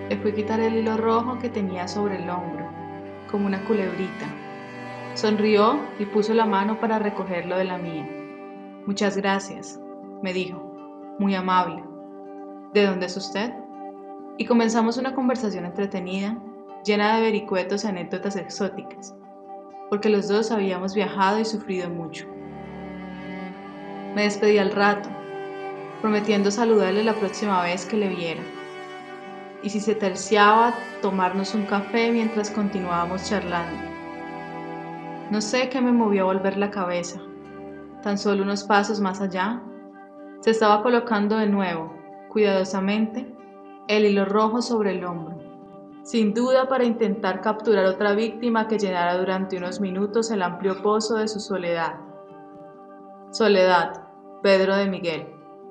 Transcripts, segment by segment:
Le fui a quitar el hilo rojo que tenía sobre el hombro, como una culebrita. Sonrió y puso la mano para recogerlo de la mía. Muchas gracias, me dijo, muy amable. ¿De dónde es usted? Y comenzamos una conversación entretenida, llena de vericuetos y anécdotas exóticas, porque los dos habíamos viajado y sufrido mucho. Me despedí al rato, prometiendo saludarle la próxima vez que le viera. Y si se terciaba, tomarnos un café mientras continuábamos charlando. No sé qué me movió a volver la cabeza. Tan solo unos pasos más allá, se estaba colocando de nuevo, cuidadosamente, el hilo rojo sobre el hombro, sin duda para intentar capturar otra víctima que llenara durante unos minutos el amplio pozo de su soledad. Soledad, Pedro de Miguel.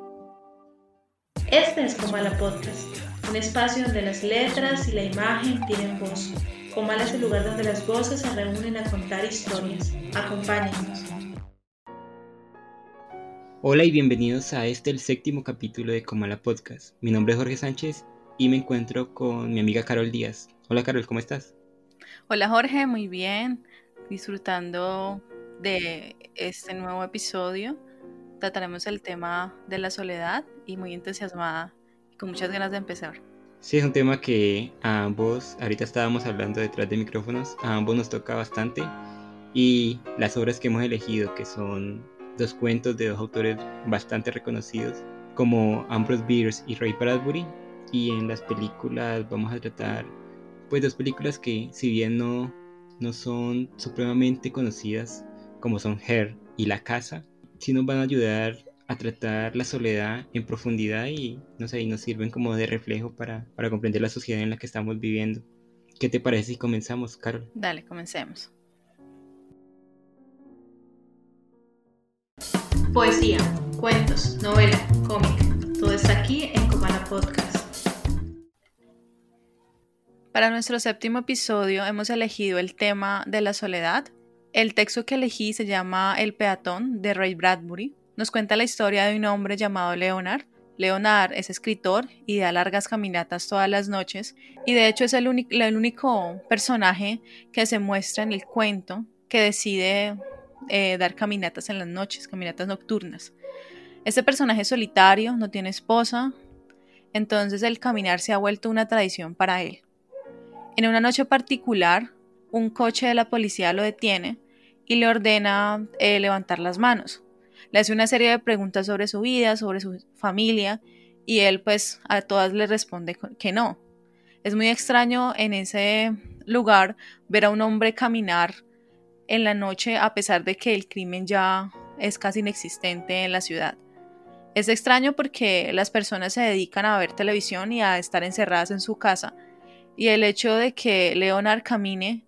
Este es Comala Podcast, un espacio donde las letras y la imagen tienen voz. Comala es el lugar donde las voces se reúnen a contar historias. Acompáñennos. Hola y bienvenidos a el 7º capítulo de Comala Podcast. Mi nombre es Jorge Sánchez y me encuentro con mi amiga Carol Díaz. Hola Carol, ¿cómo estás? Hola Jorge, muy bien, disfrutando de este nuevo episodio. Trataremos el tema de la soledad y muy entusiasmada y con muchas ganas de empezar. Sí, es un tema que a ambos, ahorita estábamos hablando detrás de micrófonos, a ambos nos toca bastante y las obras que hemos elegido, que son dos cuentos de dos autores bastante reconocidos, como Ambrose Bierce y Ray Bradbury, y en las películas vamos a tratar pues dos películas que si bien no son supremamente conocidas, como son Her y La Casa, sí nos van a ayudar a tratar la soledad en profundidad y no sé, y nos sirven como de reflejo para comprender la sociedad en la que estamos viviendo. ¿Qué te parece si comenzamos, Carol? Dale, comencemos. Poesía, cuentos, novela, cómic, todo está aquí en Comala Podcast. Para nuestro 7º episodio hemos elegido el tema de la soledad. El texto que elegí se llama El peatón de Ray Bradbury. Nos cuenta la historia de un hombre llamado Leonard. Leonard es escritor y da largas caminatas todas las noches y de hecho es el único personaje que se muestra en el cuento que decide dar caminatas en las noches, caminatas nocturnas. Este personaje es solitario, no tiene esposa, entonces el caminar se ha vuelto una tradición para él. En una noche particular, un coche de la policía lo detiene y le ordena levantar las manos. Le hace una serie de preguntas sobre su vida, sobre su familia, y él pues a todas le responde que no. Es muy extraño en ese lugar ver a un hombre caminar en la noche a pesar de que el crimen ya es casi inexistente en la ciudad. Es extraño porque las personas se dedican a ver televisión y a estar encerradas en su casa, y el hecho de que Leonard camine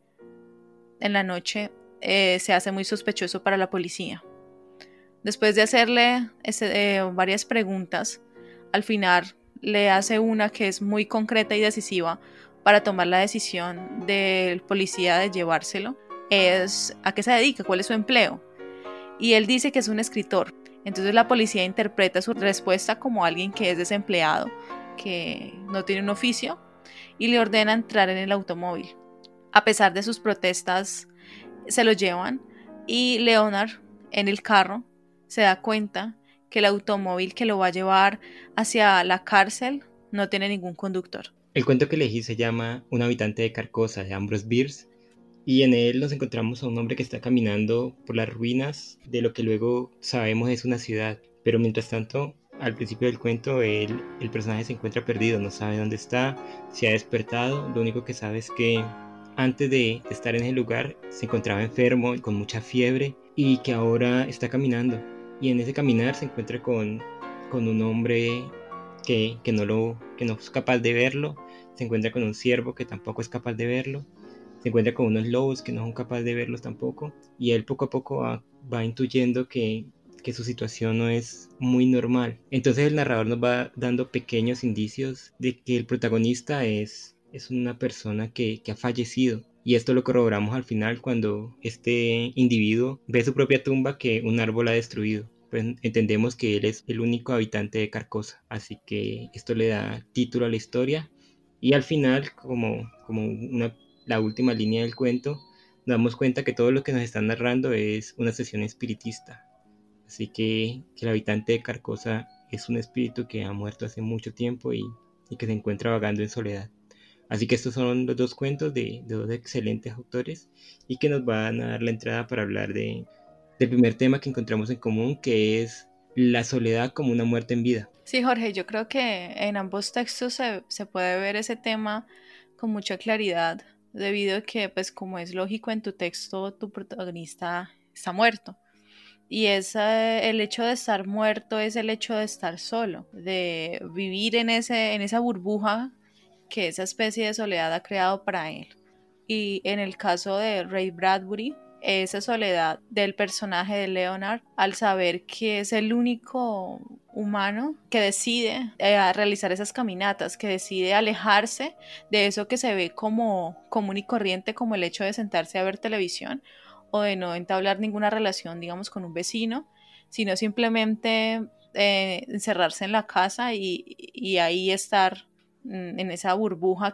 en la noche se hace muy sospechoso para la policía. Después de hacerle varias preguntas, al final le hace una que es muy concreta y decisiva para tomar la decisión del policía de llevárselo. Es a qué se dedica, cuál es su empleo. Y él dice que es un escritor. Entonces la policía interpreta su respuesta como alguien que es desempleado, que no tiene un oficio, y le ordena entrar en el automóvil. A pesar de sus protestas, se lo llevan y Leonard en el carro se da cuenta que el automóvil que lo va a llevar hacia la cárcel no tiene ningún conductor. El cuento que elegí se llama Un habitante de Carcosa, de Ambrose Bierce, y en él nos encontramos a un hombre que está caminando por las ruinas de lo que luego sabemos es una ciudad, pero mientras tanto, al principio del cuento, el personaje se encuentra perdido, no sabe dónde está, se ha despertado, lo único que sabe es que antes de estar en ese lugar se encontraba enfermo y con mucha fiebre y que ahora está caminando, y en ese caminar se encuentra con un hombre que no es capaz de verlo, se encuentra con un ciervo que tampoco es capaz de verlo, se encuentra con unos lobos que no son capaces de verlos tampoco, y él poco a poco va intuyendo que su situación no es muy normal. Entonces el narrador nos va dando pequeños indicios de que el protagonista es una persona que ha fallecido. Y esto lo corroboramos al final cuando este individuo ve su propia tumba que un árbol ha destruido. Pues entendemos que él es el único habitante de Carcosa. Así que esto le da título a la historia Y al final, la última línea del cuento, nos damos cuenta que todo lo que nos están narrando es una sesión espiritista. Así que el habitante de Carcosa es un espíritu que ha muerto hace mucho tiempo y que se encuentra vagando en soledad. Así que estos son los dos cuentos de dos excelentes autores y que nos van a dar la entrada para hablar del primer tema que encontramos en común, que es la soledad como una muerte en vida. Sí, Jorge, yo creo que en ambos textos se puede ver ese tema con mucha claridad, debido a que, pues como es lógico, en tu texto tu protagonista está muerto. Y el hecho de estar muerto es el hecho de estar solo, de vivir en esa burbuja que esa especie de soledad ha creado para él. Y en el caso de Ray Bradbury, esa soledad del personaje de Leonard al saber que es el único humano que decide realizar esas caminatas, que decide alejarse de eso que se ve como común y corriente, como el hecho de sentarse a ver televisión o de no entablar ninguna relación, digamos, con un vecino, sino simplemente encerrarse en la casa y ahí estar en esa burbuja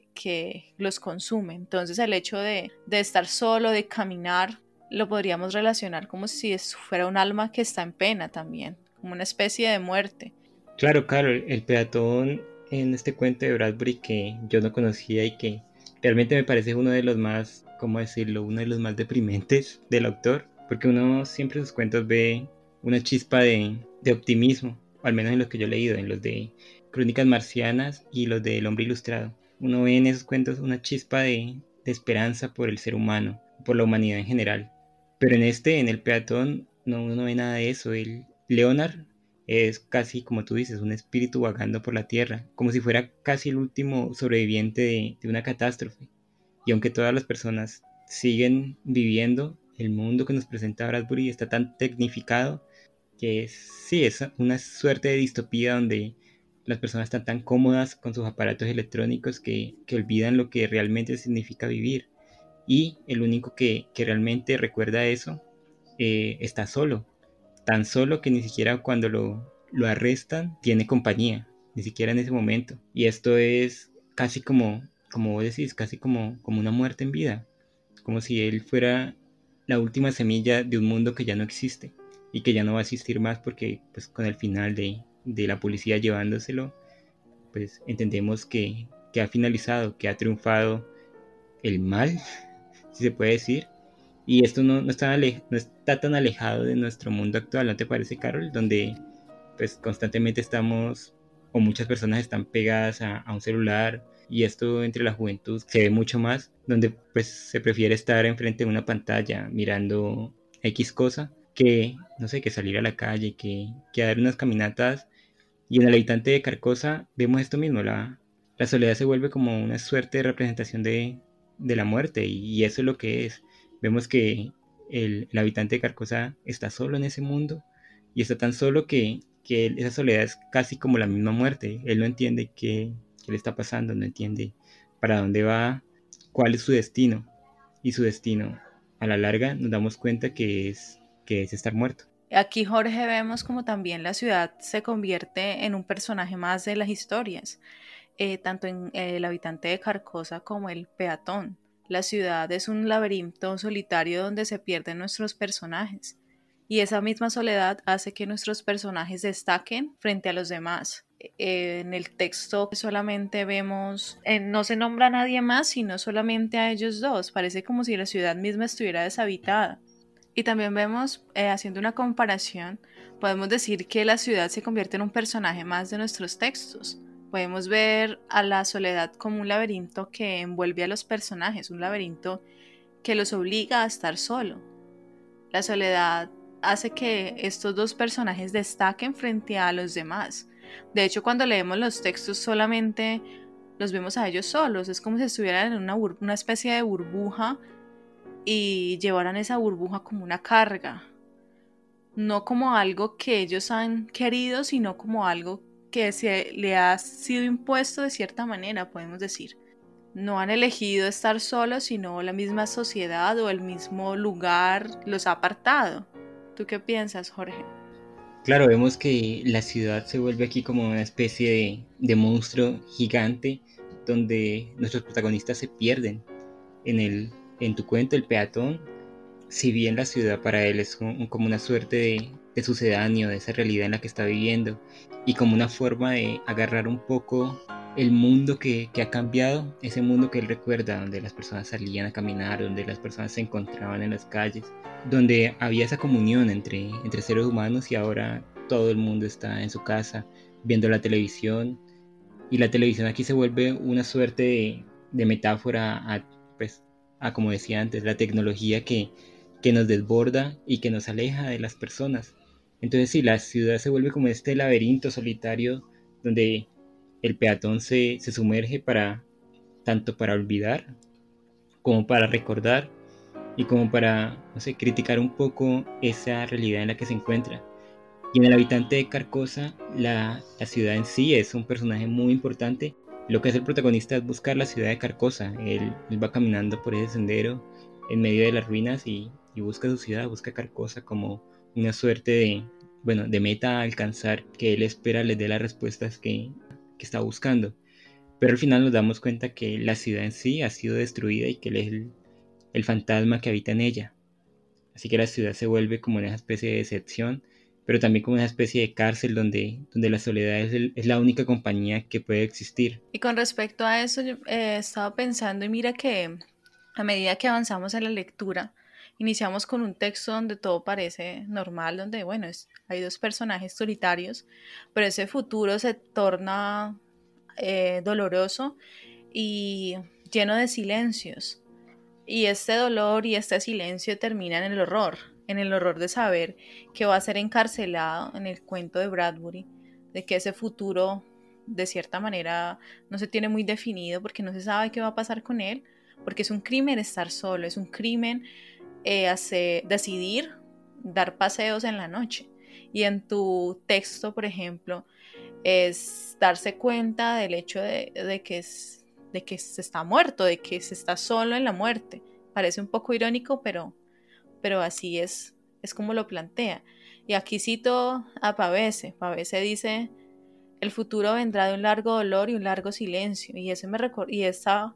que los consume. Entonces el hecho de estar solo, de caminar, lo podríamos relacionar como si fuera un alma que está en pena también, como una especie de muerte. Claro, el peatón en este cuento de Bradbury que yo no conocía y que realmente me parece uno de los más, ¿cómo decirlo?, uno de los más deprimentes del autor, porque uno siempre en sus cuentos ve una chispa de optimismo, o al menos en los que yo he leído, en los de Crónicas Marcianas y los de El Hombre Ilustrado. Uno ve en esos cuentos una chispa de esperanza por el ser humano, por la humanidad en general. Pero en el peatón, no, uno no ve nada de eso. Leonard es casi, como tú dices, un espíritu vagando por la tierra, como si fuera casi el último sobreviviente de una catástrofe. Y aunque todas las personas siguen viviendo, el mundo que nos presenta Bradbury está tan tecnificado que sí, es una suerte de distopía donde las personas están tan cómodas con sus aparatos electrónicos que olvidan lo que realmente significa vivir. Y el único que realmente recuerda eso está solo, tan solo que ni siquiera cuando lo arrestan tiene compañía, ni siquiera en ese momento. Y esto es casi como vos decís, casi como una muerte en vida, como si él fuera la última semilla de un mundo que ya no existe y que ya no va a existir más porque pues con el final de la policía llevándoselo, pues entendemos que ha finalizado, que ha triunfado el mal, si se puede decir. Y esto no está tan alejado de nuestro mundo actual, ¿no te parece, Carol? Donde pues constantemente estamos, o muchas personas están pegadas a un celular, y esto entre la juventud se ve mucho más, donde pues se prefiere estar enfrente de una pantalla mirando X cosa, que, no sé, que salir a la calle, que dar unas caminatas. Y en el habitante de Carcosa vemos esto mismo, la soledad se vuelve como una suerte de representación de la muerte, y eso es lo que es. Vemos que el habitante de Carcosa está solo en ese mundo, y está tan solo que esa soledad es casi como la misma muerte. Él no entiende qué le está pasando, no entiende para dónde va, cuál es su destino. Y su destino, a la larga, nos damos cuenta que es estar muerto. Aquí, Jorge, vemos como también la ciudad se convierte en un personaje más de las historias, tanto en el habitante de Carcosa como el peatón. La ciudad es un laberinto solitario donde se pierden nuestros personajes, y esa misma soledad hace que nuestros personajes destaquen frente a los demás. En el texto solamente vemos, no se nombra a nadie más, sino solamente a ellos dos. Parece como si la ciudad misma estuviera deshabitada. Y también vemos, haciendo una comparación, podemos decir que la ciudad se convierte en un personaje más de nuestros textos. Podemos ver a la soledad como un laberinto que envuelve a los personajes, un laberinto que los obliga a estar solo. La soledad hace que estos dos personajes destaquen frente a los demás. De hecho, cuando leemos los textos solamente los vemos a ellos solos, es como si estuvieran en una especie de burbuja y llevaran esa burbuja como una carga, no como algo que ellos han querido, sino como algo que se le ha sido impuesto de cierta manera, podemos decir. No han elegido estar solos, sino la misma sociedad o el mismo lugar los ha apartado. ¿Tú qué piensas, Jorge? Claro, vemos que la ciudad se vuelve aquí como una especie de monstruo gigante donde nuestros protagonistas se pierden. En tu cuento, el peatón, si bien la ciudad para él es como una suerte de sucedáneo de esa realidad en la que está viviendo y como una forma de agarrar un poco el mundo que ha cambiado, ese mundo que él recuerda, donde las personas salían a caminar, donde las personas se encontraban en las calles, donde había esa comunión entre seres humanos, y ahora todo el mundo está en su casa viendo la televisión, y la televisión aquí se vuelve una suerte de metáfora pues, como decía antes, la tecnología que nos desborda y que nos aleja de las personas. Entonces sí, la ciudad se vuelve como este laberinto solitario donde el peatón se sumerge tanto para olvidar como para recordar y como para, no sé, criticar un poco esa realidad en la que se encuentra. Y en el habitante de Carcosa, la ciudad en sí es un personaje muy importante. Lo que hace el protagonista es buscar la ciudad de Carcosa. Él va caminando por ese sendero en medio de las ruinas y busca su ciudad, busca Carcosa como una suerte de meta a alcanzar, que él espera les dé las respuestas que está buscando. Pero al final nos damos cuenta que la ciudad en sí ha sido destruida y que él es el fantasma que habita en ella. Así que la ciudad se vuelve como una especie de decepción, pero también como una especie de cárcel donde la soledad es la única compañía que puede existir. Y con respecto a eso, yo he estado pensando y mira que a medida que avanzamos en la lectura, iniciamos con un texto donde todo parece normal, donde, bueno, hay dos personajes solitarios, pero ese futuro se torna doloroso y lleno de silencios. Y este dolor y este silencio termina en el horror de saber que va a ser encarcelado en el cuento de Bradbury, de que ese futuro de cierta manera no se tiene muy definido porque no se sabe qué va a pasar con él, porque es un crimen estar solo, es un crimen decidir dar paseos en la noche. Y en tu texto, por ejemplo, es darse cuenta del hecho de que se está muerto, de que se está solo en la muerte. Parece un poco irónico, pero así es como lo plantea. Y aquí cito a Pavese. Pavese dice, el futuro vendrá de un largo dolor y un largo silencio. Y esa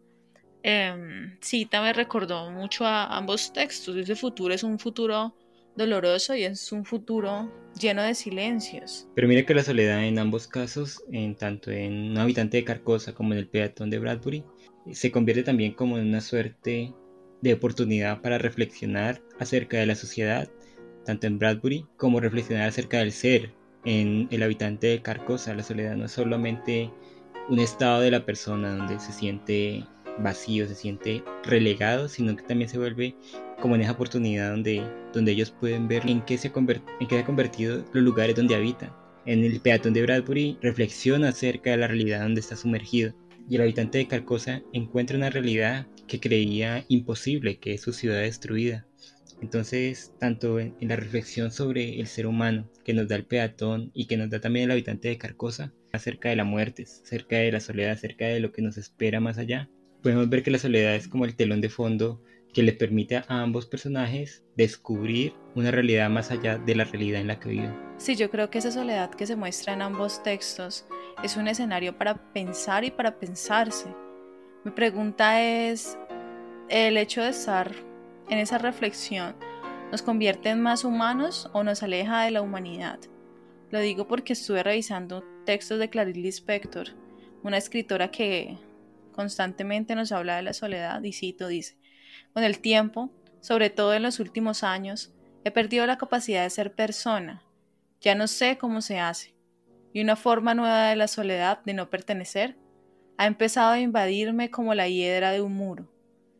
cita me recordó mucho a ambos textos. Ese futuro es un futuro doloroso y es un futuro lleno de silencios. Pero mira que la soledad en ambos casos, tanto en un habitante de Carcosa como en el peatón de Bradbury, se convierte también como en una suerte de oportunidad para reflexionar acerca de la sociedad, tanto en Bradbury como reflexionar acerca del ser. En el habitante de Carcosa, la soledad no es solamente un estado de la persona donde se siente vacío, se siente relegado, sino que también se vuelve como en esa oportunidad donde ellos pueden ver en qué se ha convertido los lugares donde habitan. En el peatón de Bradbury reflexiona acerca de la realidad donde está sumergido, y el habitante de Carcosa encuentra una realidad que creía imposible, que es su ciudad destruida. Entonces, tanto en la reflexión sobre el ser humano que nos da el peatón y que nos da también el habitante de Carcosa, acerca de la muerte, acerca de la soledad, acerca de lo que nos espera más allá, podemos ver que la soledad es como el telón de fondo que le permite a ambos personajes descubrir una realidad más allá de la realidad en la que viven. Sí, yo creo que esa soledad que se muestra en ambos textos es un escenario para pensar y para pensarse. Mi pregunta es, ¿el hecho de estar en esa reflexión nos convierte en más humanos o nos aleja de la humanidad? Lo digo porque estuve revisando textos de Clarice Lispector, una escritora que constantemente nos habla de la soledad, y cito, dice, con el tiempo, sobre todo en los últimos años, he perdido la capacidad de ser persona. Ya no sé cómo se hace. Y una forma nueva de la soledad, de no pertenecer, ha empezado a invadirme como la hiedra de un muro.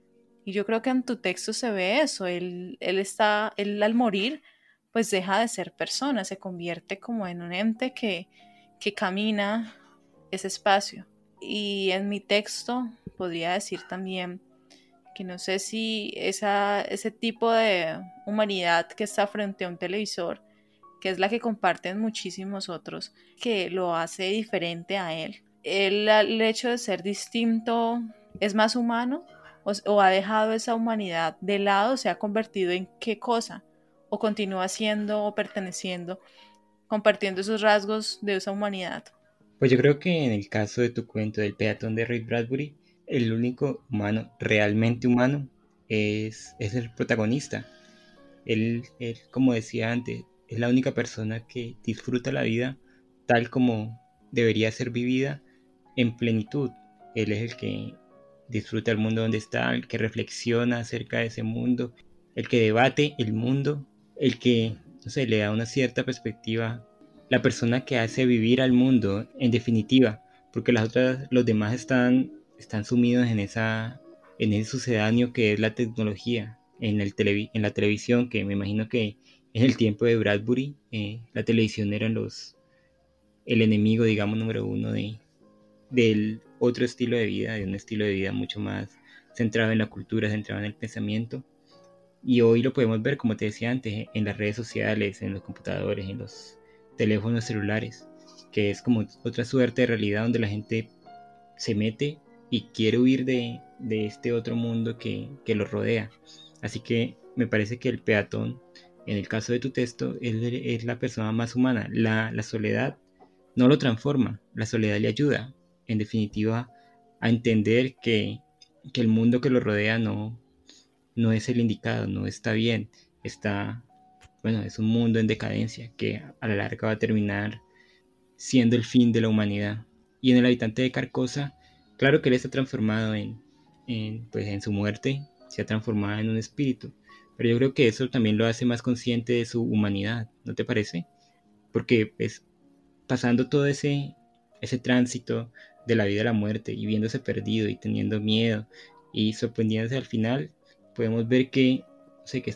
Y yo creo que en tu texto se ve eso. Él al morir, pues deja de ser persona, se convierte como en un ente que camina ese espacio. Y en mi texto podría decir también que no sé si ese tipo de humanidad que está frente a un televisor, que es la que comparten muchísimos otros, que lo hace diferente a él. El hecho de ser distinto es más humano o ha dejado esa humanidad de lado, se ha convertido en qué cosa, o continúa siendo o perteneciendo, compartiendo esos rasgos de esa humanidad. Pues yo creo que en el caso de tu cuento del peatón de Ray Bradbury, el único humano, realmente humano, es el protagonista. Él, como decía antes, es la única persona que disfruta la vida tal como debería ser vivida en plenitud. Él es el que disfruta el mundo donde está, el que reflexiona acerca de ese mundo, el que debate el mundo, el que, no sé, le da una cierta perspectiva, la persona que hace vivir al mundo, en definitiva, porque los demás están sumidos en ese sucedáneo que es la tecnología, en la televisión, que me imagino que en el tiempo de Bradbury, la televisión era el enemigo, digamos, número uno del otro estilo de vida, de un estilo de vida mucho más centrado en la cultura, centrado en el pensamiento. Y hoy lo podemos ver, como te decía antes, en las redes sociales, en los computadores, en los teléfonos celulares, que es como otra suerte de realidad donde la gente se mete y quiere huir de este otro mundo que lo rodea. Así que me parece que el peatón, en el caso de tu texto, es la persona más humana. La soledad no lo transforma, la soledad le ayuda, en definitiva, a entender que el mundo que lo rodea no es el indicado, no está bien, está, bueno, es un mundo en decadencia que a la larga va a terminar siendo el fin de la humanidad. Y en el habitante de Carcosa, claro que él está transformado pues en su muerte, se ha transformado en un espíritu, pero yo creo que eso también lo hace más consciente de su humanidad, ¿no te parece? Porque pues pasando todo ese tránsito de la vida a la muerte y viéndose perdido y teniendo miedo y sorprendiéndose al final, podemos ver que, o sea, que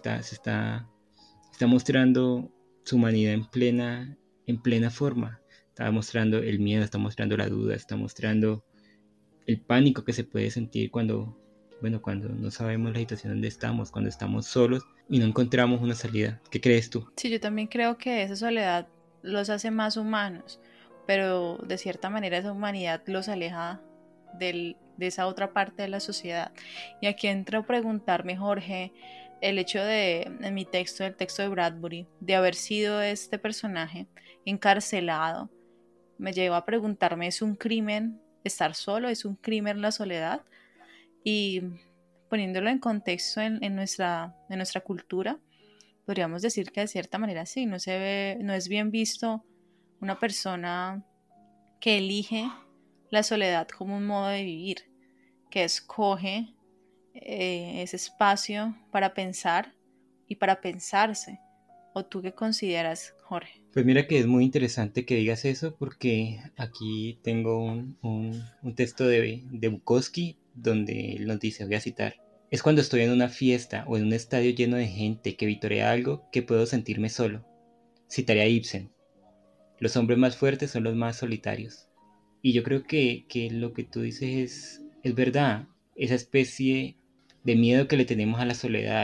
está mostrando su humanidad en plena forma. Está mostrando el miedo, está mostrando la duda, está mostrando el pánico que se puede sentir cuando no sabemos la situación donde estamos, cuando estamos solos y no encontramos una salida. ¿Qué crees tú? Sí, yo también creo que esa soledad los hace más humanos, pero de cierta manera esa humanidad los aleja de esa otra parte de la sociedad. Y aquí entro a preguntarme, Jorge, el hecho en mi texto, el texto de Bradbury, de haber sido este personaje encarcelado, me lleva a preguntarme, ¿es un crimen estar solo? ¿Es un crimen la soledad? Y poniéndolo en contexto en nuestra cultura, podríamos decir que de cierta manera sí, no es bien visto una persona que elige la soledad como un modo de vivir, que escoge ese espacio para pensar y para pensarse. ¿O tú qué consideras, Jorge? Pues mira que es muy interesante que digas eso porque aquí tengo un texto de Bukowski donde él nos dice, voy a citar, es cuando estoy en una fiesta o en un estadio lleno de gente que vitorea algo que puedo sentirme solo. Citaré a Ibsen, los hombres más fuertes son los más solitarios. Y yo creo que lo que tú dices es verdad, esa especie de miedo que le tenemos a la soledad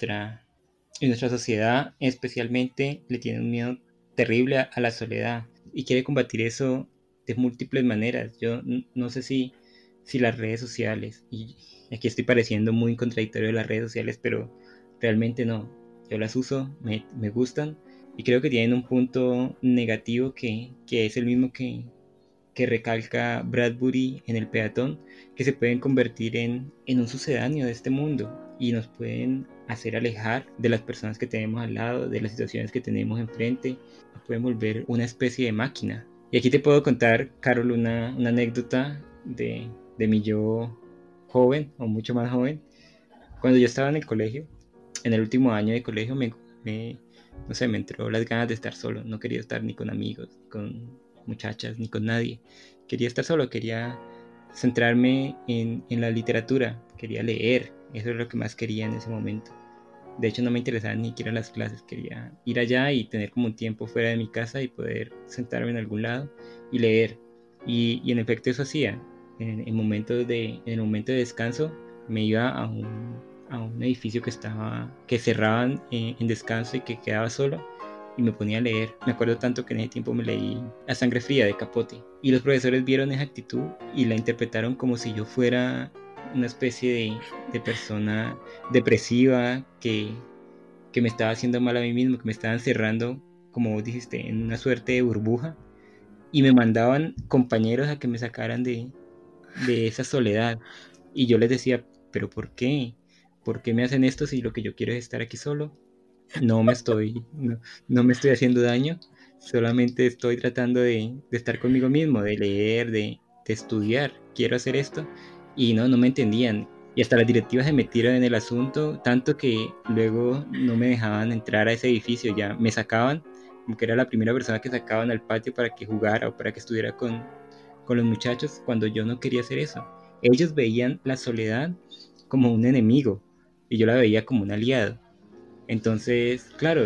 y nuestra sociedad especialmente le tiene un miedo terrible a la soledad y quiere combatir eso de múltiples maneras. Yo no sé si las redes sociales, y aquí estoy pareciendo muy contradictorio de las redes sociales, pero realmente no. Yo las uso, me gustan y creo que tienen un punto negativo que es el mismo que recalca Bradbury en El peatón, que se pueden convertir en un sucedáneo de este mundo y nos pueden hacer alejar de las personas que tenemos al lado, de las situaciones que tenemos enfrente, nos pueden volver una especie de máquina. Y aquí te puedo contar, Carol, una anécdota de mi yo joven o mucho más joven. Cuando yo estaba en el colegio, en el último año de colegio, no sé, me entró las ganas de estar solo. No quería estar ni con amigos, ni con muchachas, ni con nadie. Quería estar solo, quería centrarme en la literatura, quería leer. Eso es lo que más quería en ese momento. De hecho, no me interesaban ni siquiera las clases. Quería ir allá y tener como un tiempo fuera de mi casa y poder sentarme en algún lado y leer. Y en efecto eso hacía. En el momento de descanso me iba a un edificio que cerraban en descanso y que quedaba solo y me ponía a leer. Me acuerdo tanto que en ese tiempo me leí La sangre fría de Capote y los profesores vieron esa actitud y la interpretaron como si yo fuera una especie de persona depresiva que me estaba haciendo mal a mí mismo, que me estaba encerrando, como vos dijiste, en una suerte de burbuja y me mandaban compañeros a que me sacaran de esa soledad. Y yo les decía, pero ¿por qué? ¿Por qué me hacen esto si lo que yo quiero es estar aquí solo? No me estoy haciendo daño, solamente estoy tratando de estar conmigo mismo, de leer, de estudiar, quiero hacer esto. Y no me entendían. Y hasta las directivas se metieron en el asunto, tanto que luego no me dejaban entrar a ese edificio, ya me sacaban, como que era la primera persona que sacaban al patio para que jugara o para que estuviera con los muchachos, cuando yo no quería hacer eso. Ellos veían la soledad como un enemigo y yo la veía como un aliado. Entonces, claro,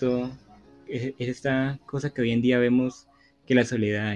es esta cosa que hoy en día vemos, que la soledad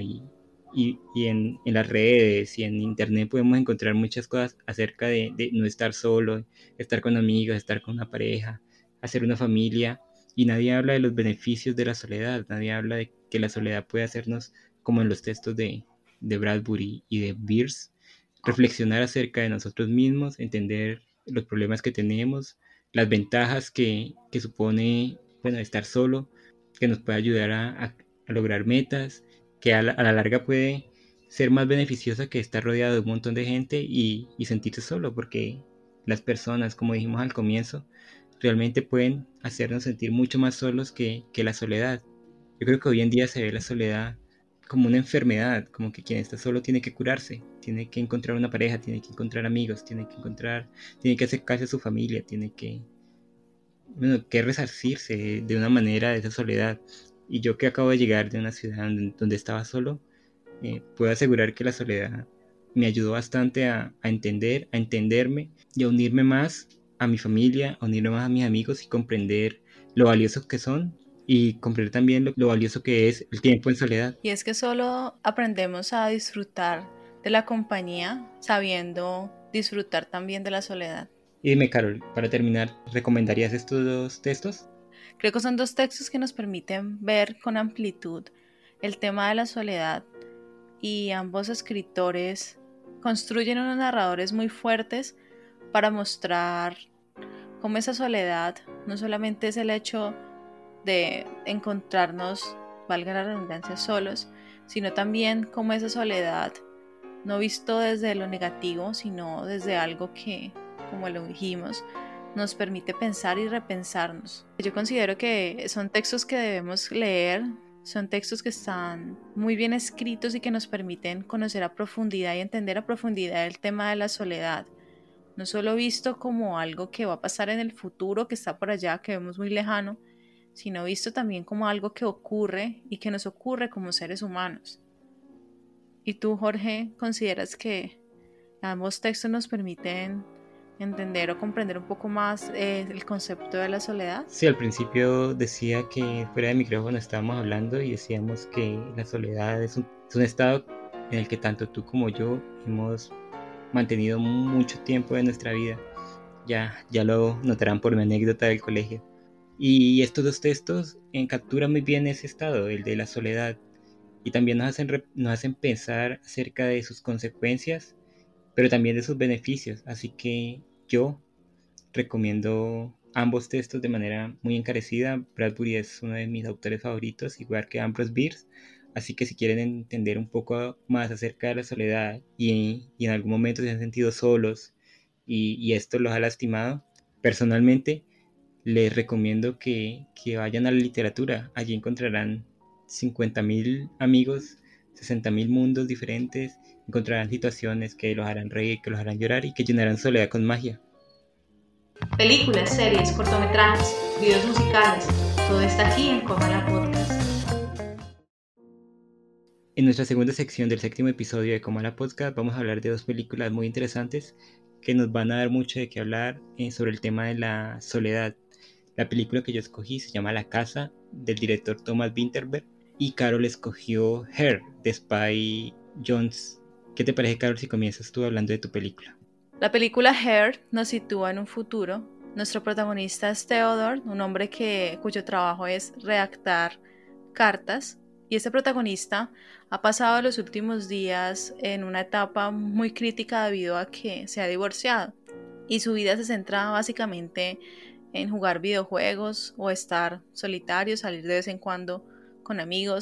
y en las redes y en internet podemos encontrar muchas cosas acerca de no estar solo, estar con amigos, estar con una pareja, hacer una familia, y nadie habla de los beneficios de la soledad, nadie habla de que la soledad puede hacernos, como en los textos de Bradbury y de Bierce, reflexionar acerca de nosotros mismos, entender los problemas que tenemos, las ventajas que supone, bueno, estar solo, que nos puede ayudar a lograr metas, que a la larga puede ser más beneficiosa que estar rodeado de un montón de gente y sentirse solo, porque las personas, como dijimos al comienzo, realmente pueden hacernos sentir mucho más solos que la soledad. Yo creo que hoy en día se ve la soledad como una enfermedad, como que quien está solo tiene que curarse, tiene que encontrar una pareja, tiene que encontrar amigos, tiene que acercarse a su familia, tiene que, bueno, que resarcirse de una manera de esa soledad. Y yo, que acabo de llegar de una ciudad donde estaba solo, puedo asegurar que la soledad me ayudó bastante a entender, a entenderme y a unirme más a mi familia, a unirme más a mis amigos y comprender lo valiosos que son, y comprender también lo valioso que es el tiempo en soledad. Y es que solo aprendemos a disfrutar de la compañía sabiendo disfrutar también de la soledad. Y dime, Carol, para terminar, ¿recomendarías estos dos textos? Creo que son dos textos que nos permiten ver con amplitud el tema de la soledad, y ambos escritores construyen unos narradores muy fuertes para mostrar cómo esa soledad no solamente es el hecho de encontrarnos, valga la redundancia, solos, sino también cómo esa soledad, no visto desde lo negativo, sino desde algo que, como lo dijimos, nos permite pensar y repensarnos. Yo considero que son textos que debemos leer, son textos que están muy bien escritos y que nos permiten conocer a profundidad y entender a profundidad el tema de la soledad. No solo visto como algo que va a pasar en el futuro, que está por allá, que vemos muy lejano, sino visto también como algo que ocurre y que nos ocurre como seres humanos. ¿Y tú, Jorge, consideras que ambos textos nos permiten entender o comprender un poco más el concepto de la soledad? Sí, al principio decía que fuera de micrófono estábamos hablando y decíamos que la soledad es un estado en el que tanto tú como yo hemos mantenido mucho tiempo de nuestra vida. Ya lo notarán por mi anécdota del colegio. Y estos dos textos capturan muy bien ese estado, el de la soledad, y también nos hacen pensar acerca de sus consecuencias, pero también de sus beneficios. Así que yo recomiendo ambos textos de manera muy encarecida. Bradbury es uno de mis autores favoritos, igual que Ambrose Bierce. Así que si quieren entender un poco más acerca de la soledad y en algún momento se han sentido solos y esto los ha lastimado, personalmente les recomiendo que vayan a la literatura. Allí encontrarán 50.000 amigos, 60.000 mundos diferentes, encontrarán situaciones que los harán reír, que los harán llorar y que llenarán soledad con magia. Películas, series, cortometrajes, videos musicales, todo está aquí en Comala Podcast. En nuestra segunda sección del séptimo episodio de Comala Podcast vamos a hablar de dos películas muy interesantes que nos van a dar mucho de qué hablar sobre el tema de la soledad. La película que yo escogí se llama La Casa, del director Thomas Vinterberg, y Carol escogió Her, de Spike Jonze. ¿Qué te parece, Carol, si comienzas tú hablando de tu película? La película Her nos sitúa en un futuro. Nuestro protagonista es Theodore, un hombre cuyo trabajo es redactar cartas, y este protagonista ha pasado los últimos días en una etapa muy crítica debido a que se ha divorciado, y su vida se centra básicamente jugar videojuegos o estar solitario, salir de vez en cuando con amigos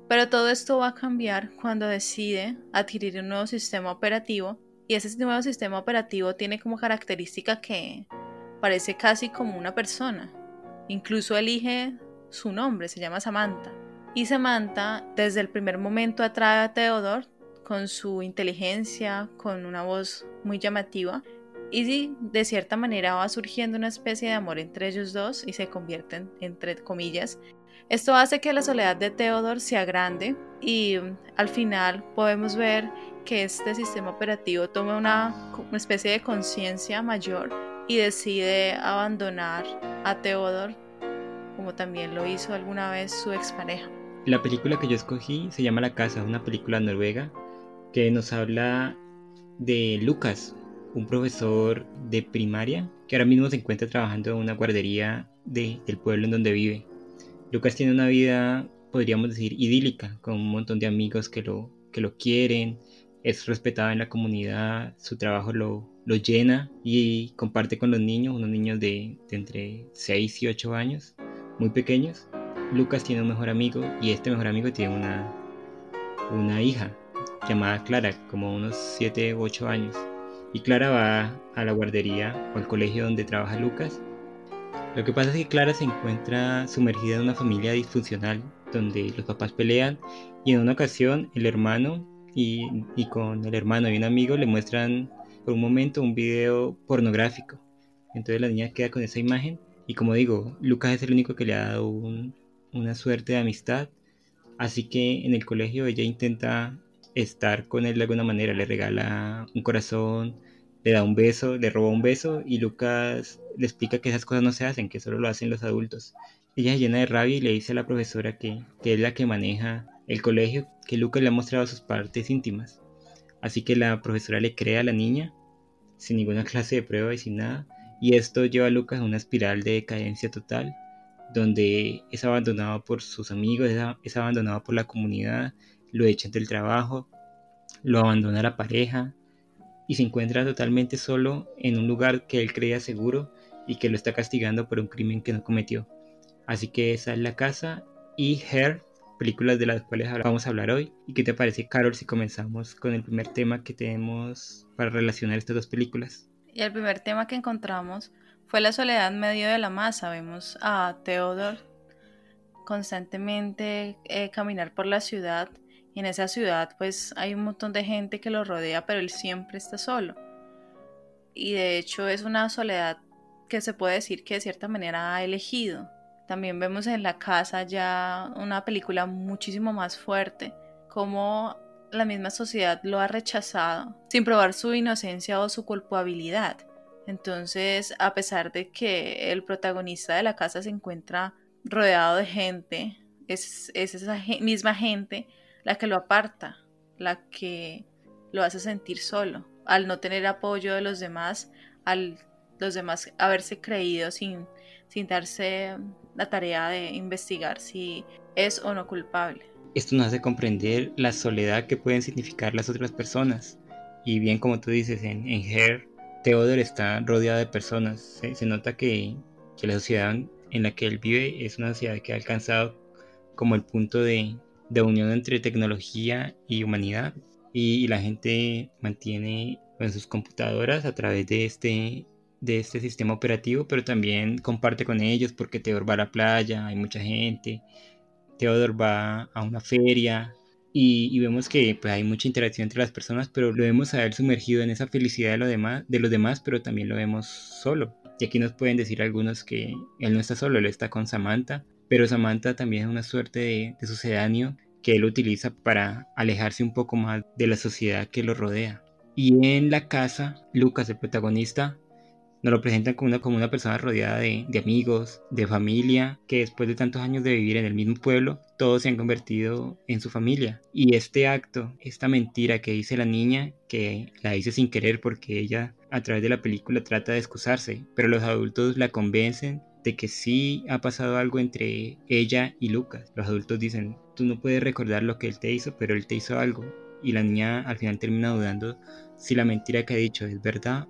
Pero todo esto va a cambiar cuando decide adquirir un nuevo sistema operativo, y ese nuevo sistema operativo tiene como característica que parece casi como una persona. Incluso elige su nombre, se llama Samantha. Y Samantha desde el primer momento atrae a Theodore con su inteligencia, con una voz muy llamativa, y sí, de cierta manera va surgiendo una especie de amor entre ellos dos y se convierten, entre comillas. Esto hace que la soledad de Theodore sea grande y al final podemos ver que este sistema operativo toma una especie de conciencia mayor y decide abandonar a Theodore, como también lo hizo alguna vez su expareja. La película que yo escogí se llama La Casa, una película noruega que nos habla de Lucas, un profesor de primaria que ahora mismo se encuentra trabajando en una guardería del pueblo en donde vive. Lucas tiene una vida, podríamos decir, idílica, con un montón de amigos que lo quieren, es respetado en la comunidad, su trabajo lo llena y comparte con los niños, unos niños de entre 6 y 8 años, muy pequeños. Lucas tiene un mejor amigo y este mejor amigo tiene una hija llamada Clara, como unos 7 u 8 años. Y Clara va a la guardería o al colegio donde trabaja Lucas. Lo que pasa es que Clara se encuentra sumergida en una familia disfuncional donde los papás pelean y en una ocasión el hermano y con el hermano y un amigo le muestran por un momento un video pornográfico. Entonces la niña queda con esa imagen y como digo, Lucas es el único que le ha dado una suerte de amistad. Así que en el colegio ella intenta estar con él de alguna manera, le regala un corazón, le da un beso, le roba un beso y Lucas le explica que esas cosas no se hacen, que solo lo hacen los adultos. Ella se llena de rabia y le dice a la profesora que es la que maneja el colegio, que Lucas le ha mostrado sus partes íntimas. Así que la profesora le cree a la niña sin ninguna clase de prueba y sin nada. Y esto lleva a Lucas a una espiral de decadencia total donde es abandonado por sus amigos, es abandonado por la comunidad, lo echan del trabajo, lo abandona la pareja y se encuentra totalmente solo en un lugar que él creía seguro y que lo está castigando por un crimen que no cometió. Así que esa es La Casa y Her, películas de las cuales vamos a hablar hoy. ¿Y qué te parece, Carol, si comenzamos con el primer tema que tenemos para relacionar estas dos películas? Y el primer tema que encontramos fue la soledad en medio de la masa. Vemos a Theodore constantemente caminar por la ciudad, y en esa ciudad pues hay un montón de gente que lo rodea, pero él siempre está solo. Y de hecho es una soledad que se puede decir que de cierta manera ha elegido. También vemos en La Casa ya una película muchísimo más fuerte, como la misma sociedad lo ha rechazado sin probar su inocencia o su culpabilidad. Entonces, a pesar de que el protagonista de la casa se encuentra rodeado de gente, es esa misma gente la que lo aparta, la que lo hace sentir solo, al no tener apoyo de los demás, al los demás haberse creído sin darse la tarea de investigar si es o no culpable. Esto nos hace comprender la soledad que pueden significar las otras personas. Y bien como tú dices, en Her, Theodore está rodeado de personas. Se nota que la sociedad en la que él vive es una sociedad que ha alcanzado como el punto de unión entre tecnología y humanidad. Y la gente mantiene en sus computadoras a través de este sistema operativo, pero también comparte con ellos porque Theodore va a la playa, hay mucha gente. Theodore va a una feria y vemos que pues, hay mucha interacción entre las personas, pero lo vemos a él sumergido en esa felicidad de los demás, pero también lo vemos solo. Y aquí nos pueden decir algunos que él no está solo, él está con Samantha, pero Samantha también es una suerte de sucedáneo que él utiliza para alejarse un poco más de la sociedad que lo rodea. Y en La Casa, Lucas, el protagonista, nos lo presentan como una persona rodeada de amigos, de familia, que después de tantos años de vivir en el mismo pueblo, todos se han convertido en su familia. Y este acto, esta mentira que dice la niña, que la dice sin querer porque ella a través de la película trata de excusarse, pero los adultos la convencen de que sí ha pasado algo entre ella y Lucas. Los adultos dicen, tú no puedes recordar lo que él te hizo, pero él te hizo algo. Y la niña al final termina dudando si la mentira que ha dicho es verdad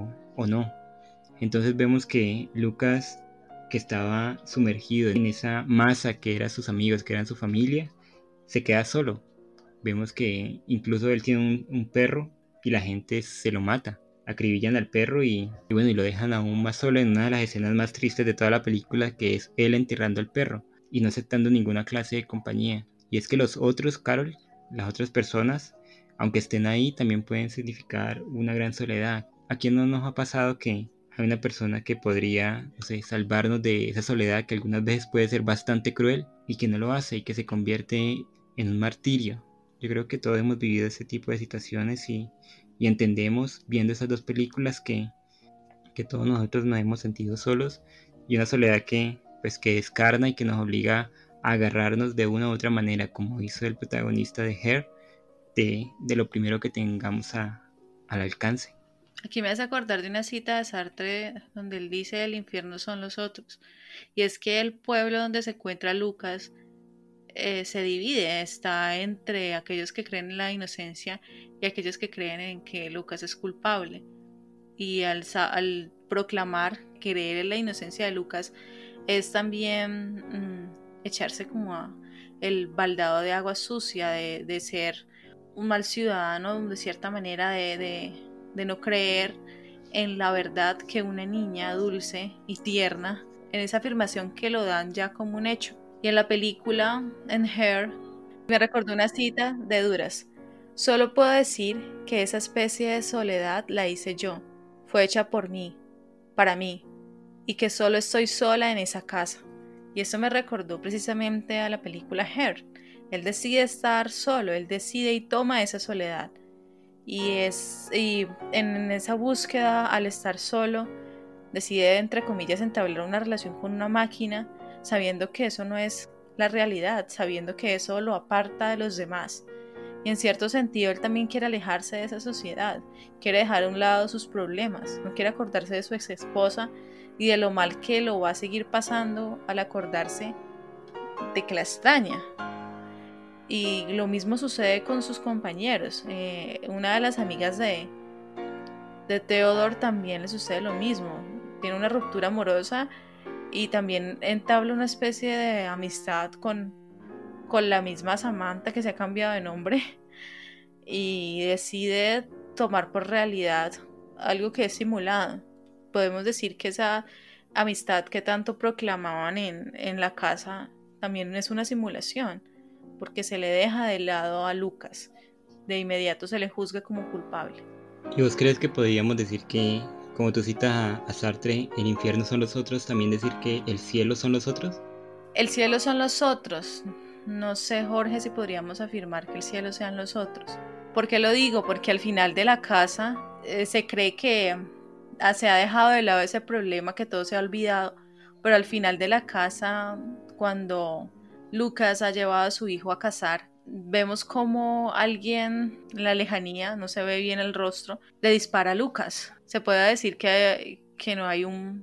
o no. Entonces vemos que Lucas, que estaba sumergido en esa masa que eran sus amigos, que eran su familia, se queda solo. Vemos que incluso él tiene un perro y la gente se lo mata. Acribillan al perro y bueno, y lo dejan aún más solo en una de las escenas más tristes de toda la película, que es él enterrando al perro y no aceptando ninguna clase de compañía. Y es que los otros, Carol, las otras personas, aunque estén ahí, también pueden significar una gran soledad. ¿A quién no nos ha pasado que hay una persona que podría, no sé, salvarnos de esa soledad que algunas veces puede ser bastante cruel y que no lo hace y que se convierte en un martirio? Yo creo que todos hemos vivido ese tipo de situaciones y entendemos viendo esas dos películas que todos nosotros nos hemos sentido solos y una soledad que pues que descarna y que nos obliga a agarrarnos de una u otra manera, como hizo el protagonista de Her, de lo primero que tengamos al alcance. Aquí me hace acordar de una cita de Sartre donde él dice el infierno son los otros. Y es que el pueblo donde se encuentra Lucas se divide, está entre aquellos que creen en la inocencia y aquellos que creen en que Lucas es culpable. Y al proclamar creer en la inocencia de Lucas es también echarse como a el baldado de agua sucia de ser un mal ciudadano, de cierta manera de no creer en la verdad que una niña dulce y tierna, en esa afirmación que lo dan ya como un hecho. Y en la película, en Her, me recordó una cita de Duras. Solo puedo decir que esa especie de soledad la hice yo, fue hecha por mí, para mí, y que solo estoy sola en esa casa. Y eso me recordó precisamente a la película Her. Él decide estar solo, él decide y toma esa soledad. Y en esa búsqueda, al estar solo, decide, entre comillas, entablar una relación con una máquina, sabiendo que eso no es la realidad, sabiendo que eso lo aparta de los demás. Y en cierto sentido él también quiere alejarse de esa sociedad, quiere dejar a un lado sus problemas, no quiere acordarse de su ex esposa y de lo mal que lo va a seguir pasando al acordarse de que la extraña. Y lo mismo sucede con sus compañeros. Una de las amigas de Theodore también le sucede lo mismo. Tiene una ruptura amorosa y también entabla una especie de amistad con la misma Samantha, que se ha cambiado de nombre, y decide tomar por realidad algo que es simulado. Podemos decir que esa amistad que tanto proclamaban en la casa también es una simulación, porque se le deja de lado a Lucas. De inmediato se le juzga como culpable. ¿Y vos crees que podríamos decir que, como tú citas a Sartre, el infierno son los otros, también decir que el cielo son los otros? El cielo son los otros. No sé, Jorge, si podríamos afirmar que el cielo sean los otros. ¿Por qué lo digo? Porque al final de la casa se cree que se ha dejado de lado ese problema, que todo se ha olvidado, pero al final de la casa, cuando Lucas ha llevado a su hijo a cazar, vemos como alguien en la lejanía, no se ve bien el rostro, le dispara a Lucas. Se puede decir que no hay un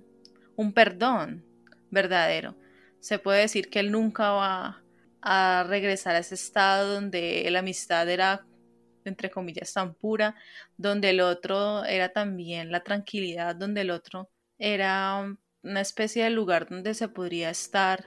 perdón verdadero. Se puede decir que él nunca va a regresar a ese estado donde la amistad era, entre comillas, tan pura, donde el otro era también la tranquilidad, donde el otro era una especie de lugar donde se podría estar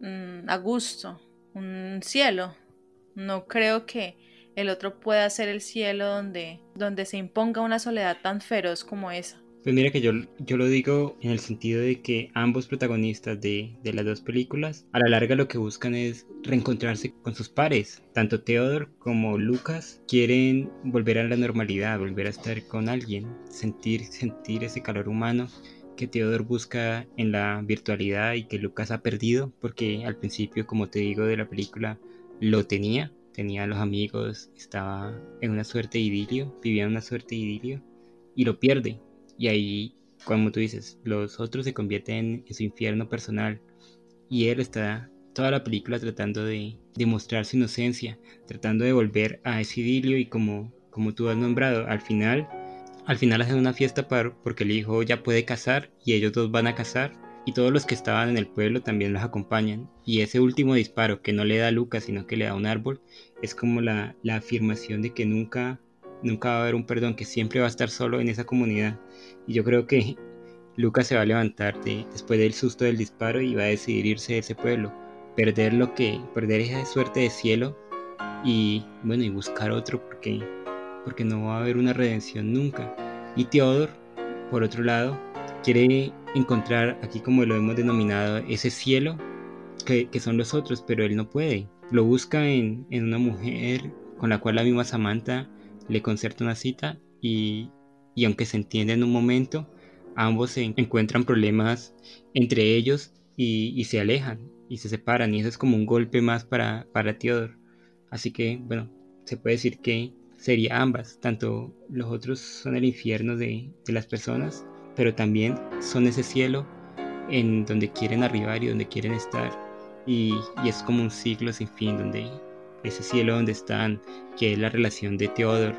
a gusto, un cielo. No creo que el otro pueda ser el cielo donde se imponga una soledad tan feroz como esa. Pues mira que yo lo digo en el sentido de que ambos protagonistas de las dos películas a la larga lo que buscan es reencontrarse con sus pares. Tanto Theodore como Lucas quieren volver a la normalidad, volver a estar con alguien, sentir ese calor humano que Theodore busca en la virtualidad y que Lucas ha perdido, porque al principio, como te digo, de la película lo tenía a los amigos, estaba en una suerte de idilio, vivía en una suerte de idilio y lo pierde. Y ahí, como tú dices, los otros se convierten en su infierno personal. Y él está toda la película tratando de demostrar su inocencia, tratando de volver a ese idilio y como tú has nombrado, al final hacen una fiesta porque el hijo ya puede cazar y ellos dos van a cazar y todos los que estaban en el pueblo también los acompañan. Y ese último disparo que no le da a Lucas sino que le da a un árbol es como la afirmación de que nunca va a haber un perdón, que siempre va a estar solo en esa comunidad. Y yo creo que Lucas se va a levantar después del susto del disparo y va a decidir irse de ese pueblo, perder esa suerte de cielo y bueno, y buscar otro porque no va a haber una redención nunca. Y Theodore, por otro lado, quiere encontrar, aquí como lo hemos denominado, ese cielo que son los otros, pero él no puede. Lo busca en una mujer con la cual la misma Samantha le concerta una cita y aunque se entiende en un momento, ambos se encuentran problemas entre ellos y se alejan y se separan y eso es como un golpe más para Theodore. Así que, bueno, se puede decir que sería ambas, tanto los otros son el infierno de las personas, pero también son ese cielo en donde quieren arribar y donde quieren estar. Y es como un ciclo sin fin, donde ese cielo donde están, que es la relación de Theodore,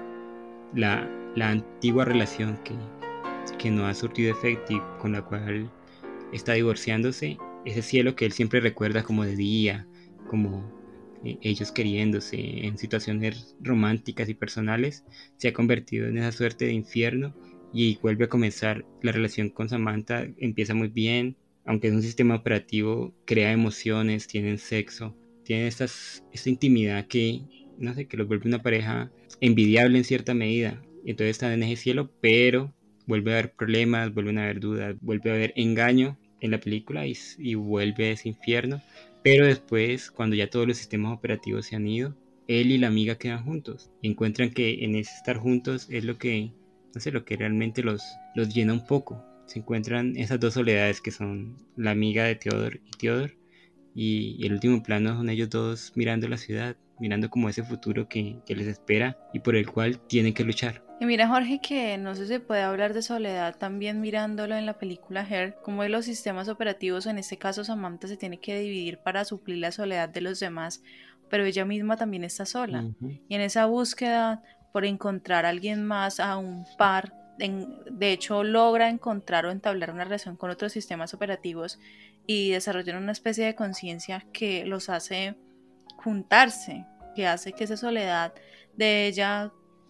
la antigua relación que no ha surtido efecto y con la cual está divorciándose, ese cielo que él siempre recuerda como de día, como ellos queriéndose en situaciones románticas y personales, se ha convertido en esa suerte de infierno y vuelve a comenzar la relación con Samantha, empieza muy bien, aunque es un sistema operativo, crea emociones, tienen sexo, tienen esta intimidad que, no sé, que los vuelve una pareja envidiable en cierta medida. Entonces están en ese cielo, pero vuelve a haber problemas, vuelven a haber dudas, vuelve a haber engaño en la película y vuelve a ese infierno. Pero después, cuando ya todos los sistemas operativos se han ido, él y la amiga quedan juntos y encuentran que en ese estar juntos es lo que, no sé, lo que realmente los llena un poco. Se encuentran esas dos soledades que son la amiga de Theodore y Theodore y el último plano son ellos dos mirando la ciudad, mirando como ese futuro que les espera y por el cual tienen que luchar. Y mira, Jorge, que no sé si se puede hablar de soledad también mirándolo en la película Her, como de los sistemas operativos, en este caso Samantha se tiene que dividir para suplir la soledad de los demás, pero ella misma también está sola. Y en esa búsqueda por encontrar a alguien más, a un par, de hecho logra encontrar o entablar una relación con otros sistemas operativos y desarrollar una especie de conciencia que los hace juntarse, que hace que esa soledad de ella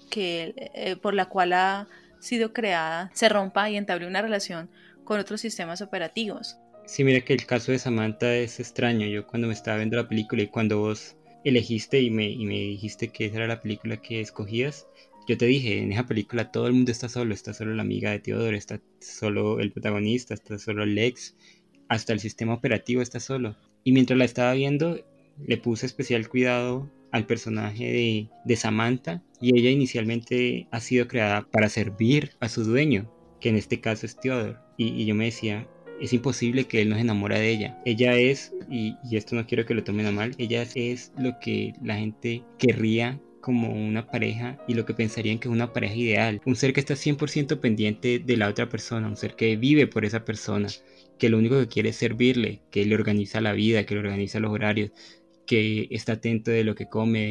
por la cual ha sido creada se rompa y entable una relación con otros sistemas operativos. Sí, mira que el caso de Samantha es extraño. Yo cuando me estaba viendo la película y cuando vos elegiste y me dijiste que esa era la película que escogías, yo te dije, en esa película todo el mundo está solo la amiga de Theodore, está solo el protagonista, está solo Lex, hasta el sistema operativo está solo. Y mientras la estaba viendo, le puse especial cuidado al personaje de Samantha y ella inicialmente ha sido creada para servir a su dueño, que en este caso es Theodore. Y yo me decía, es imposible que él no se enamore de ella. Ella es, y esto no quiero que lo tomen a mal, ella es lo que la gente querría como una pareja y lo que pensarían que es una pareja ideal. Un ser que está 100% pendiente de la otra persona, un ser que vive por esa persona, que lo único que quiere es servirle, que le organiza la vida, que le organiza los horarios, que está atento de lo que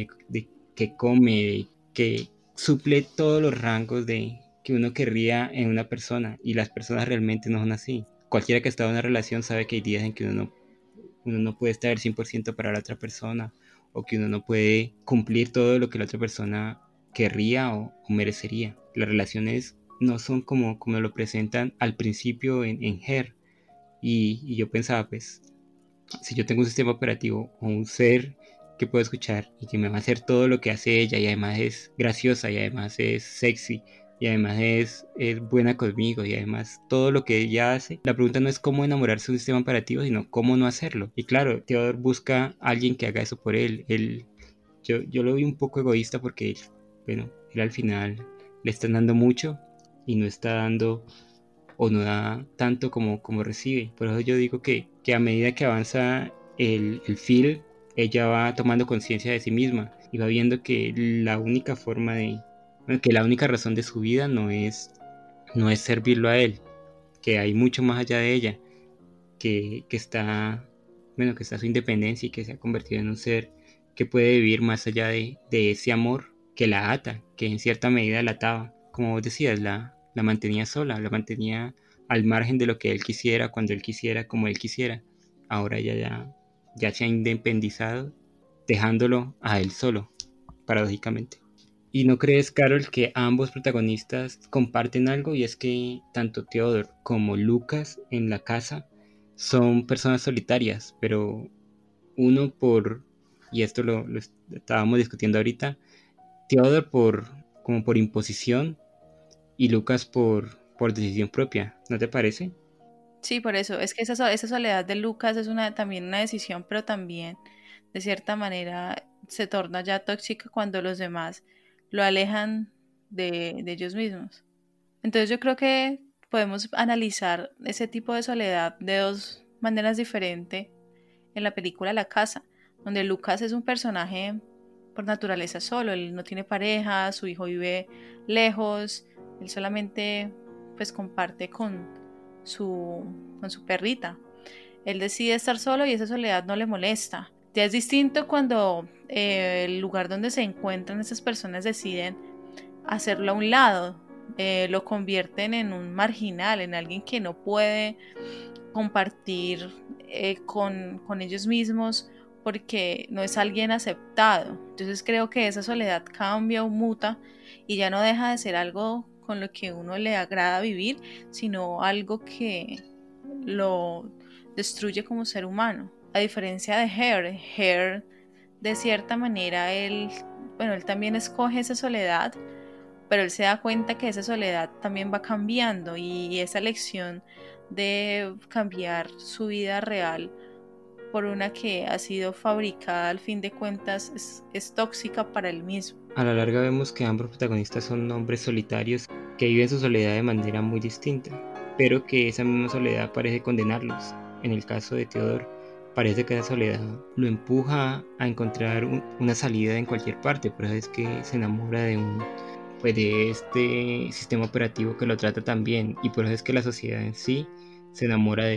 come, que suple todos los rangos de que uno querría en una persona y las personas realmente no son así. Cualquiera que ha estado en una relación sabe que hay días en que uno no puede estar al 100% para la otra persona o que uno no puede cumplir todo lo que la otra persona querría o merecería. Las relaciones no son como lo presentan al principio en Her. Y yo pensaba, pues, si yo tengo un sistema operativo o un ser que puedo escuchar y que me va a hacer todo lo que hace ella y además es graciosa y además es sexy y además es buena conmigo y además todo lo que ella hace, la pregunta no es cómo enamorarse de un sistema operativo, sino cómo no hacerlo. Y claro, Theodore busca a alguien que haga eso por él. Yo lo vi un poco egoísta porque, bueno, él al final le están dando mucho y no está dando o no da tanto como recibe. Por eso yo digo que a medida que avanza el film, ella va tomando conciencia de sí misma y va viendo que la única forma bueno, que la única razón de su vida no es servirlo a él, que hay mucho más allá de ella, que está, bueno, que está su independencia y que se ha convertido en un ser que puede vivir más allá de ese amor que la ata, que en cierta medida la ataba. Como vos decías, la mantenía sola, la mantenía al margen de lo que él quisiera, cuando él quisiera, como él quisiera. Ahora ella ya se ha independizado, dejándolo a él solo, paradójicamente. ¿Y no crees, Carol, que ambos protagonistas comparten algo? Y es que tanto Theodore como Lucas en la casa son personas solitarias, pero uno por y esto lo estábamos discutiendo ahorita, Theodore como por imposición y Lucas por decisión propia, ¿no te parece? Sí, por eso. Es que esa soledad de Lucas es también una decisión, pero también, de cierta manera, se torna ya tóxica cuando los demás lo alejan de ellos mismos. Entonces yo creo que podemos analizar ese tipo de soledad de dos maneras diferentes en la película La Casa, donde Lucas es un personaje por naturaleza solo, él no tiene pareja, su hijo vive lejos, él solamente pues comparte con su perrita. Él decide estar solo y esa soledad no le molesta. Ya es distinto cuando el lugar donde se encuentran esas personas deciden hacerlo a un lado, lo convierten en un marginal, en alguien que no puede compartir con ellos mismos porque no es alguien aceptado. Entonces creo que esa soledad cambia o muta y ya no deja de ser algo con lo que uno le agrada vivir, sino algo que lo destruye como ser humano. A diferencia de Hare de cierta manera él también escoge esa soledad, pero él se da cuenta que esa soledad también va cambiando y esa elección de cambiar su vida real por una que ha sido fabricada al fin de cuentas es tóxica para él mismo. A la larga vemos que ambos protagonistas son hombres solitarios que viven su soledad de manera muy distinta, pero que esa misma soledad parece condenarlos. En el caso de Theodore, parece que esa soledad lo empuja a encontrar una salida en cualquier parte, por eso es que se enamora de este sistema operativo que lo trata tan bien, y por eso es que la sociedad en sí se enamora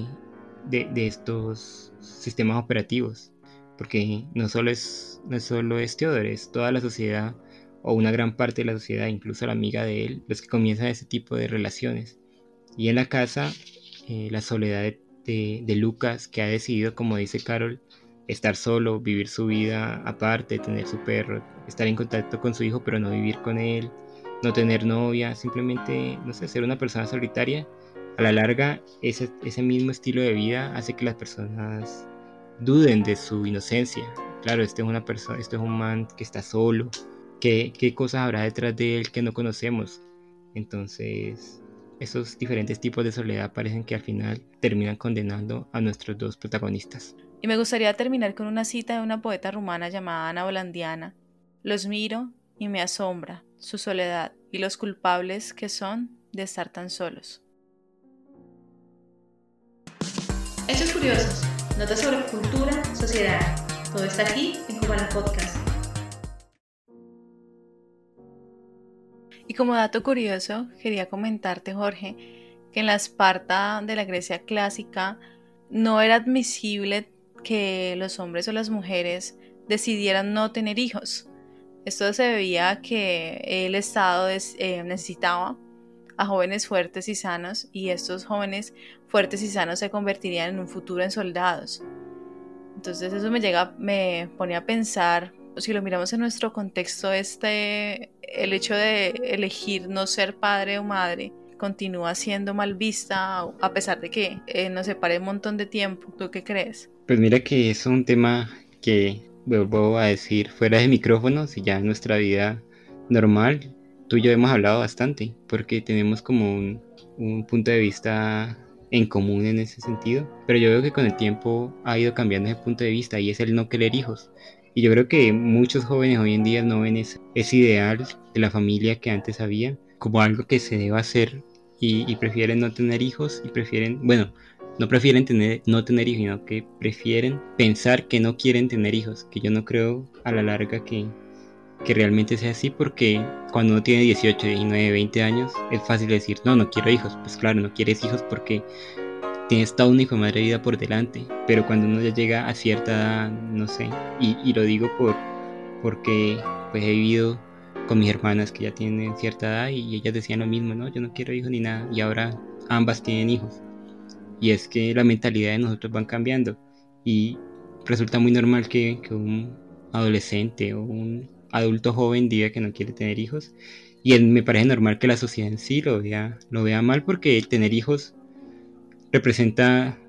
de estos sistemas operativos, porque no solo es Theodore, es toda la sociedad o una gran parte de la sociedad, incluso la amiga de él, los que comienzan ese tipo de relaciones. Y en la casa, la soledad de Lucas, que ha decidido, como dice Carol, estar solo, vivir su vida aparte, tener su perro, estar en contacto con su hijo, pero no vivir con él, no tener novia, simplemente, no sé, ser una persona solitaria. A la larga, ese mismo estilo de vida hace que las personas duden de su inocencia. Claro, este es una persona, este es un man que está solo. ¿Qué cosas habrá detrás de él que no conocemos? Entonces, esos diferentes tipos de soledad parecen que al final terminan condenando a nuestros dos protagonistas. Y me gustaría terminar con una cita de una poeta rumana llamada Ana Volandiana. Los miro y me asombra su soledad y los culpables que son de estar tan solos. Hechos curiosos, notas sobre cultura, sociedad. Todo está aquí en Cubana Podcast. Y como dato curioso, quería comentarte, Jorge, que en la Esparta de la Grecia clásica no era admisible que los hombres o las mujeres decidieran no tener hijos. Esto se debía a que el Estado necesitaba a jóvenes fuertes y sanos, y estos jóvenes fuertes y sanos se convertirían en un futuro en soldados. Entonces eso me pone a pensar, si lo miramos en nuestro contexto, el hecho de elegir no ser padre o madre continúa siendo mal vista a pesar de que nos separe un montón de tiempo. ¿Tú qué crees? Pues mira que es un tema que vuelvo a decir fuera de micrófonos y ya en nuestra vida normal, tú y yo hemos hablado bastante, porque tenemos como un punto de vista en común en ese sentido, pero yo veo que con el tiempo ha ido cambiando ese punto de vista y es el no querer hijos. Y yo creo que muchos jóvenes hoy en día no ven ese ideal de la familia que antes había como algo que se debe hacer y prefieren no tener hijos y prefieren, bueno, no prefieren no tener hijos, sino que prefieren pensar que no quieren tener hijos, que yo no creo a la larga que realmente sea así, porque cuando uno tiene 18, 19, 20 años es fácil decir, no quiero hijos. Pues claro, no quieres hijos porque tienes toda una hijo de madre vida por delante, pero cuando uno ya llega a cierta edad, no sé, y lo digo porque pues he vivido con mis hermanas que ya tienen cierta edad y ellas decían lo mismo, no, yo no quiero hijos ni nada, y ahora ambas tienen hijos. Y es que la mentalidad de nosotros van cambiando y resulta muy normal que un adolescente o un adulto joven diga que no quiere tener hijos, y me parece normal que la sociedad en sí lo vea mal, porque tener hijos representa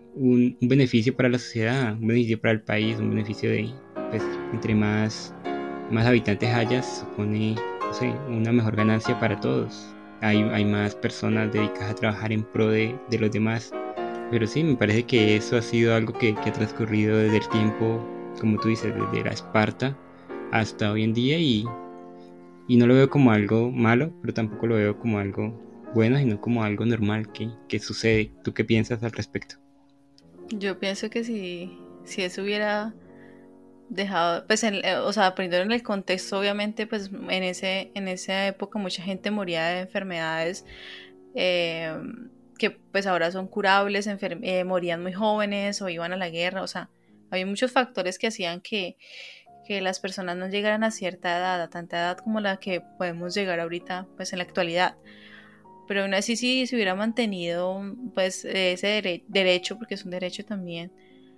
un beneficio para la sociedad, un beneficio para el país, un beneficio de, pues, entre más habitantes haya, supone, no sé, una mejor ganancia para todos. Hay más personas dedicadas a trabajar en pro de los demás. Pero sí, me parece que eso ha sido algo que ha transcurrido desde el tiempo, como tú dices, desde la Esparta hasta hoy en día y no lo veo como algo malo, pero tampoco lo veo como algo bueno, sino como algo normal que sucede. ¿Tú qué piensas al respecto? Yo pienso que si eso hubiera dejado, pues, o sea, primero en el contexto, obviamente, pues, en esa época mucha gente moría de enfermedades eh, que, pues, ahora son curables, morían muy jóvenes o iban a la guerra, o sea, había muchos factores que hacían que las personas no llegaran a cierta edad, a tanta edad como la que podemos llegar ahorita, pues, en la actualidad. Pero aún así, si se hubiera mantenido, pues, ese derecho, porque es un derecho también,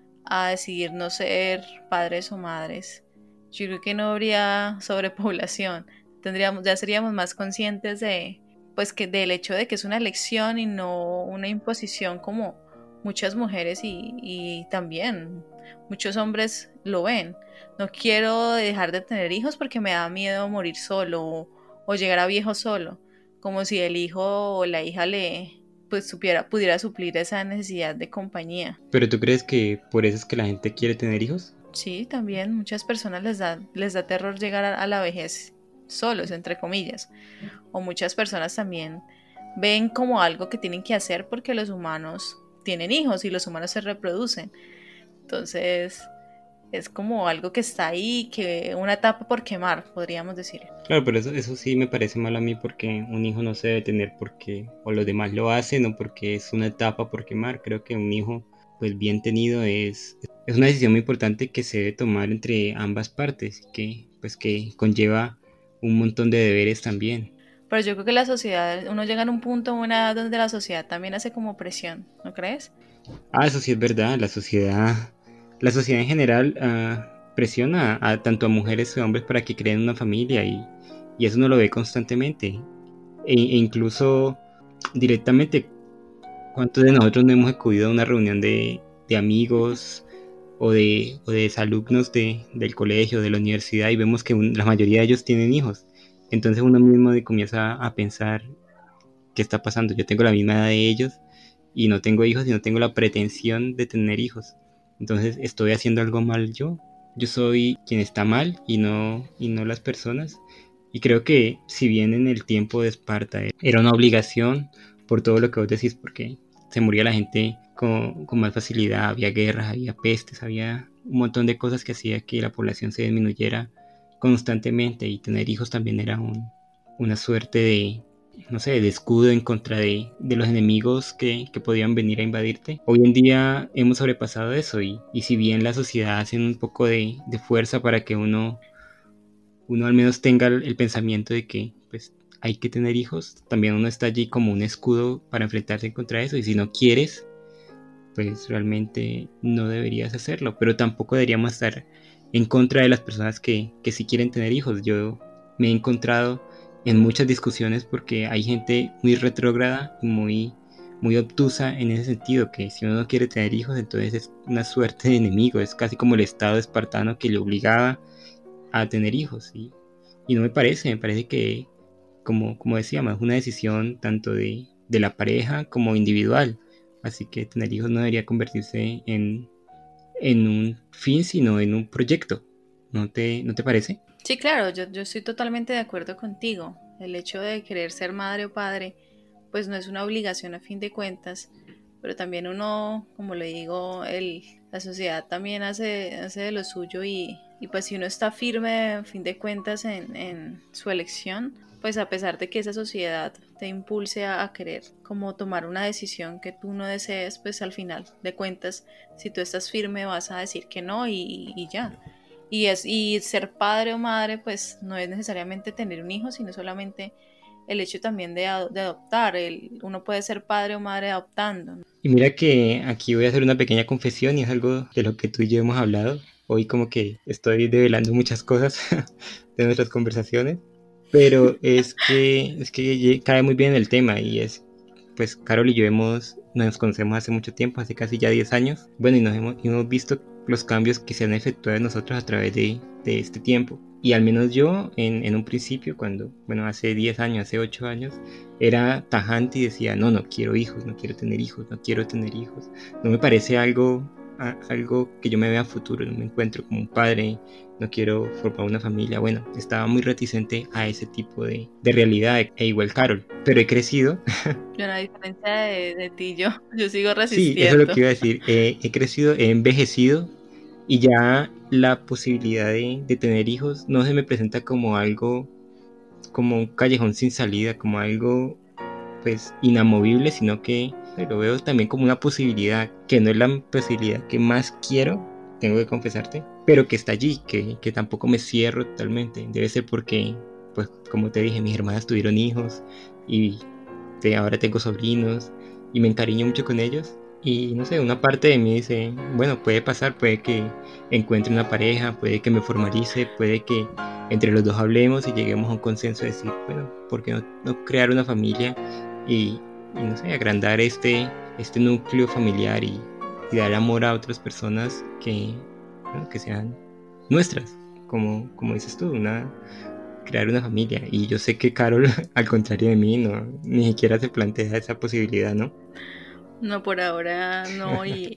a decidir no ser padres o madres, yo creo que no habría sobrepoblación. Ya seríamos más conscientes de, pues, que del hecho de que es una elección y no una imposición como muchas mujeres y también muchos hombres lo ven. No quiero dejar de tener hijos porque me da miedo morir solo o llegar a viejo solo, como si el hijo o la hija pues pudiera suplir esa necesidad de compañía. ¿Pero tú crees que por eso es que la gente quiere tener hijos? Sí, también muchas personas les da terror llegar a la vejez solos, entre comillas. O muchas personas también ven como algo que tienen que hacer porque los humanos tienen hijos y los humanos se reproducen. Entonces, es como algo que está ahí, que una etapa por quemar, podríamos decir. Claro, pero eso sí me parece mal a mí porque un hijo no se debe tener porque o los demás lo hacen o porque es una etapa por quemar. Creo que un hijo pues bien tenido es una decisión muy importante que se debe tomar entre ambas partes, que conlleva un montón de deberes también. Pero yo creo que la sociedad, uno llega a un punto, una edad donde la sociedad también hace como presión, ¿no crees? Ah, eso sí es verdad, la sociedad en general presiona tanto a mujeres y hombres para que creen una familia y eso uno lo ve constantemente. E incluso directamente, ¿cuántos de nosotros no hemos acudido a una reunión de amigos o de alumnos del colegio, de la universidad y vemos que la mayoría de ellos tienen hijos? Entonces uno mismo comienza a pensar, ¿qué está pasando? Yo tengo la misma edad de ellos y no tengo hijos y no tengo la pretensión de tener hijos. Entonces, ¿estoy haciendo algo mal yo? Yo soy quien está mal y no las personas. Y creo que si bien en el tiempo de Esparta era una obligación por todo lo que vos decís, porque se moría la gente con más facilidad, había guerras, había pestes, había un montón de cosas que hacía que la población se disminuyera constantemente y tener hijos también era una suerte de, no sé, de escudo en contra de los enemigos que podían venir a invadirte. Hoy en día hemos sobrepasado eso y si bien la sociedad hace un poco de fuerza para que uno al menos tenga el pensamiento de que pues hay que tener hijos, también uno está allí como un escudo para enfrentarse contra eso y si no quieres, pues realmente no deberías hacerlo, pero tampoco deberíamos estar en contra de las personas que sí quieren tener hijos. Yo me he encontrado en muchas discusiones porque hay gente muy retrógrada y muy obtusa en ese sentido, que si uno no quiere tener hijos, entonces es una suerte de enemigo, es casi como el estado espartano que le obligaba a tener hijos. Y no me parece que, como decíamos, es una decisión tanto de la pareja como individual. Así que tener hijos no debería convertirse en un fin, sino en un proyecto. ¿No te parece? Sí, claro, yo estoy totalmente de acuerdo contigo. El hecho de querer ser madre o padre, pues no es una obligación a fin de cuentas, pero también uno, como le digo, la sociedad también hace de lo suyo y pues si uno está firme a fin de cuentas en su elección, pues a pesar de que esa sociedad te impulse a querer como tomar una decisión que tú no desees, pues al final de cuentas, si tú estás firme vas a decir que no y ya. Y ser padre o madre, pues no es necesariamente tener un hijo, sino solamente el hecho también de adoptar. Uno puede ser padre o madre adoptando, ¿no? Y mira que aquí voy a hacer una pequeña confesión y es algo de lo que tú y yo hemos hablado. Hoy como que estoy develando muchas cosas de nuestras conversaciones, pero es que cae muy bien el tema y es, pues Carol y yo hemos nos conocemos hace mucho tiempo, hace casi ya 10 años. Bueno, y hemos visto los cambios que se han efectuado en nosotros a través de este tiempo. Y al menos yo, en un principio, hace 10 años, hace 8 años, era tajante y decía, no quiero hijos, no quiero tener hijos, no quiero tener hijos. No me parece algo que yo me vea a futuro, no me encuentro como un padre, no quiero formar una familia. Bueno, estaba muy reticente a ese tipo de realidad, e igual Carol, pero he crecido. Yo, a diferencia de ti, yo sigo resistiendo. Sí, eso es lo que iba a decir, he crecido, he envejecido y ya la posibilidad de tener hijos no se me presenta como algo, como un callejón sin salida, como algo pues inamovible, sino que lo veo también como una posibilidad, que no es la posibilidad que más quiero, tengo que confesarte, pero que está allí, que tampoco me cierro totalmente. Debe ser porque, pues como te dije, mis hermanas tuvieron hijos y ahora tengo sobrinos y me encariño mucho con ellos. Y no sé, una parte de mí dice, bueno, puede pasar, puede que encuentre una pareja, puede que me formalice, puede que entre los dos hablemos y lleguemos a un consenso de decir, bueno, ¿por qué no crear una familia y no sé, agrandar este núcleo familiar y dar amor a otras personas que sean nuestras, como dices tú, crear una familia? Y yo sé que Carol, al contrario de mí, ni siquiera se plantea esa posibilidad, ¿no? No, por ahora no, y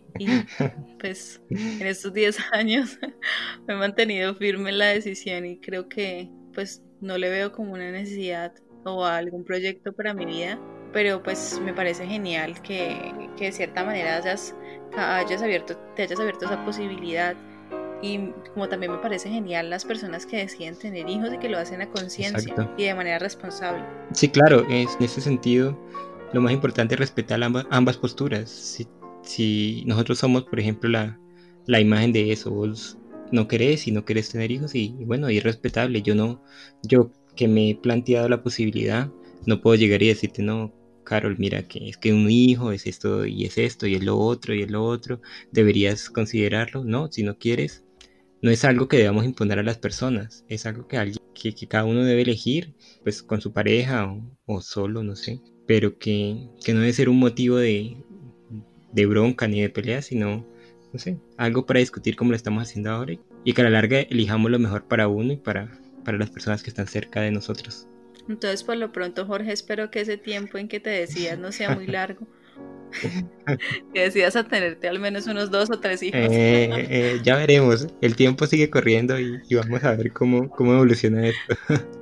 pues en estos 10 años me he mantenido firme en la decisión y creo que pues no le veo como una necesidad o algún proyecto para mi vida, pero pues me parece genial que de cierta manera te hayas abierto esa posibilidad. Y como también me parece genial las personas que deciden tener hijos y que lo hacen a conciencia y de manera responsable. Sí, claro, en ese sentido lo más importante es respetar ambas posturas. Si nosotros somos, por ejemplo, la imagen de eso, vos no querés y no querés tener hijos y bueno, y es respetable. Yo que me he planteado la posibilidad, no puedo llegar y decirte, no, Carol, mira que es que un hijo es esto y es lo otro, deberías considerarlo. No, si no quieres, no es algo que debamos imponer a las personas, es algo que cada uno debe elegir, pues con su pareja o solo, no sé, pero que no debe ser un motivo de bronca ni de pelea, sino, no sé, algo para discutir como lo estamos haciendo ahora y que a la larga elijamos lo mejor para uno y para las personas que están cerca de nosotros. Entonces, por lo pronto, Jorge, espero que ese tiempo en que te decidas no sea muy largo. Que decidas a tenerte al menos unos 2 o 3 hijos. Ya veremos, el tiempo sigue corriendo y vamos a ver cómo evoluciona esto.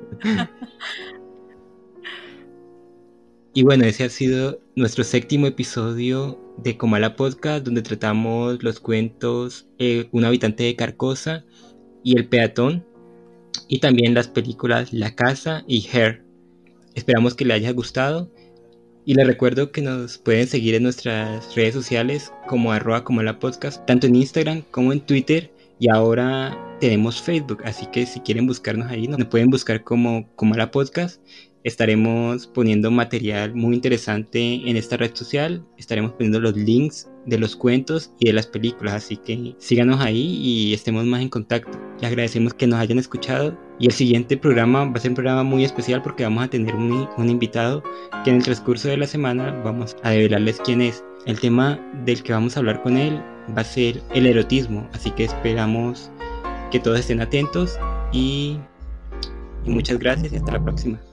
Y bueno, ese ha sido nuestro 7º episodio de Comala Podcast, donde tratamos los cuentos Un habitante de Carcosa y El peatón, y también las películas La casa y Her. Esperamos que les haya gustado. Y les recuerdo que nos pueden seguir en nuestras redes sociales como @comalapodcast, tanto en Instagram como en Twitter, y ahora tenemos Facebook, así que si quieren buscarnos ahí, nos pueden buscar como Comalapodcast. Estaremos poniendo material muy interesante en esta red social, estaremos poniendo los links de los cuentos y de las películas, así que síganos ahí y estemos más en contacto. Les agradecemos que nos hayan escuchado y el siguiente programa va a ser un programa muy especial porque vamos a tener un invitado que en el transcurso de la semana vamos a develarles quién es. El tema del que vamos a hablar con él va a ser el erotismo, así que esperamos que todos estén atentos y muchas gracias y hasta la próxima.